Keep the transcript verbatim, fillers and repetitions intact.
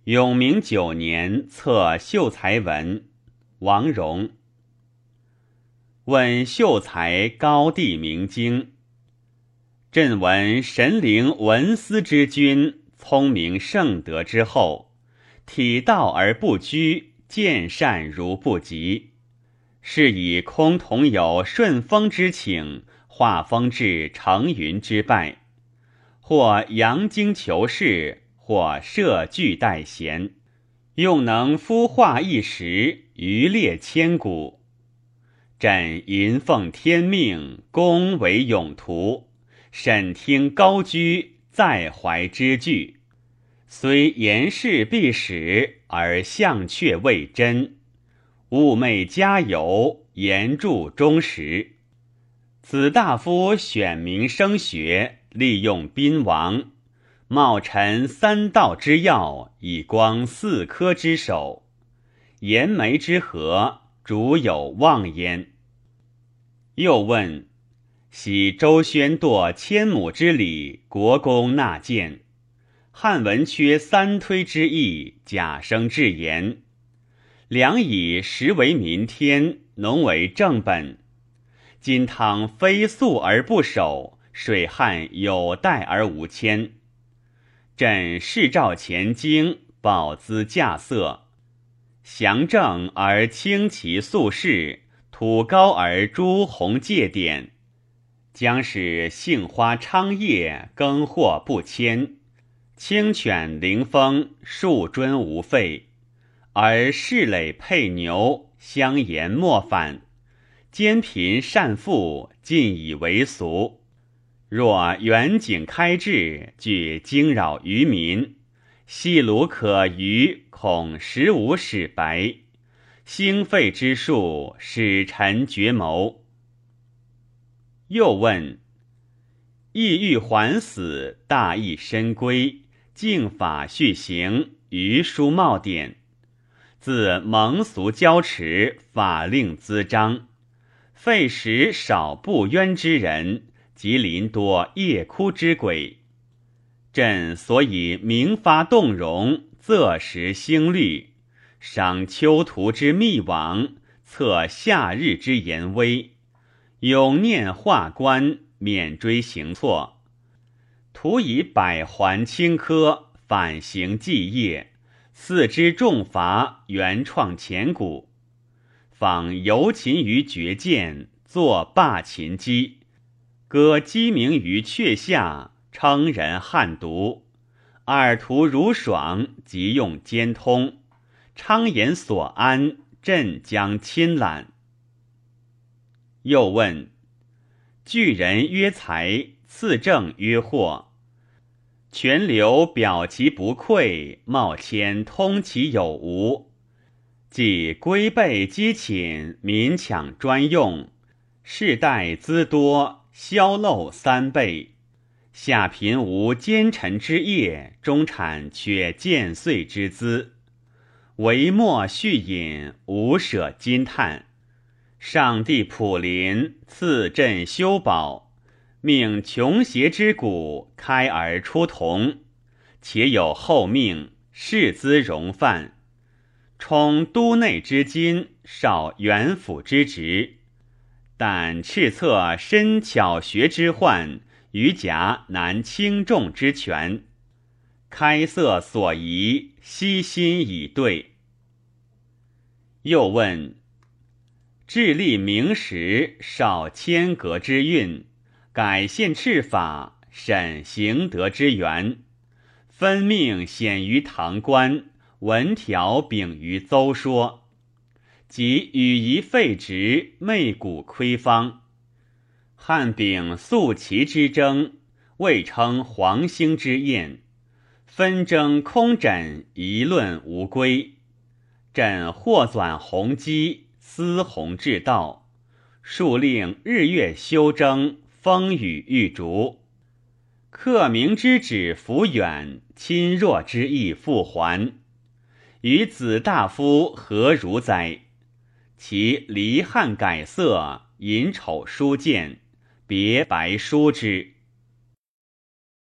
永明九年策秀才文，王戎。问秀才高第明经。朕闻神灵文思之君，聪明圣德之后，体道而不居，见善如不及。是以空同有顺风之请，化风至成云之败，或扬经求是，或设句待贤，用能孵化一时，余列千古。朕银奉天命，恭为永图，审听高居，在怀之惧。虽言事必始，而象却未真。寤寐加油，言著忠实。子大夫选民生学，利用宾王，冒陈三道之要，以光四科之首。言媒之和，主有望焉。又问：昔周宣堕千亩之礼，国公纳谏。汉文缺三推之意，假生至言。良以食为民天，农为正本。今倘非素而不守，水旱有待而无迁。朕视照前经，保资稼穑，详正而清其素事，土高而诸红戒典，将使杏花昌叶，耕获不迁，清犬灵风，树尊无废。而世垒配牛，相言莫反，奸贫善富，尽以为俗。若远景开治，具惊扰于民，细鲁可虞，恐时无始白。兴废之术，使臣绝谋。又问：意欲还死，大义深归，敬法续行，余书冒典。自蒙俗交持，法令滋章，废时少不冤之人，及临多夜哭之鬼。朕所以明发动容，择时兴虑，赏秋图之密往，测夏日之严微，永念画观，免追行错。徒以百环轻科，反行继业，四之重罚，原创前古。仿游禽于绝剑，作霸秦姬，歌鸡鸣于阙下，称人汉毒。耳图如爽，即用兼通，昌言所安，朕将亲览。又问：巨人曰才，次正曰祸。泉流表其不愧，冒谦通其有无。即龟背积寝，民抢专用，世代资多，销漏三倍。下贫无奸臣之业，中产却贱岁之资。惟莫续引，无舍金叹。上帝普临，赐朕修保，命穷邪之谷，开而出同。且有后命，世资容范。充都内之金，少元辅之职。但赤策深巧学之患，于甲难轻重之权。开塞所宜，悉心以对。又问：致力明时，少谦格之运，改宪敕法，审行德之源。分命显于堂官，文条秉于邹说。即语夷废直，媚骨亏方。汉秉素齐之争，未称黄兴之宴。纷争空枕，一论无归。朕或纂弘基，思弘治道，数令日月修征，风雨欲逐。克明之旨弗远，亲弱之意复还。与子大夫何如哉？其离汉改色，寅丑书见，别白书之。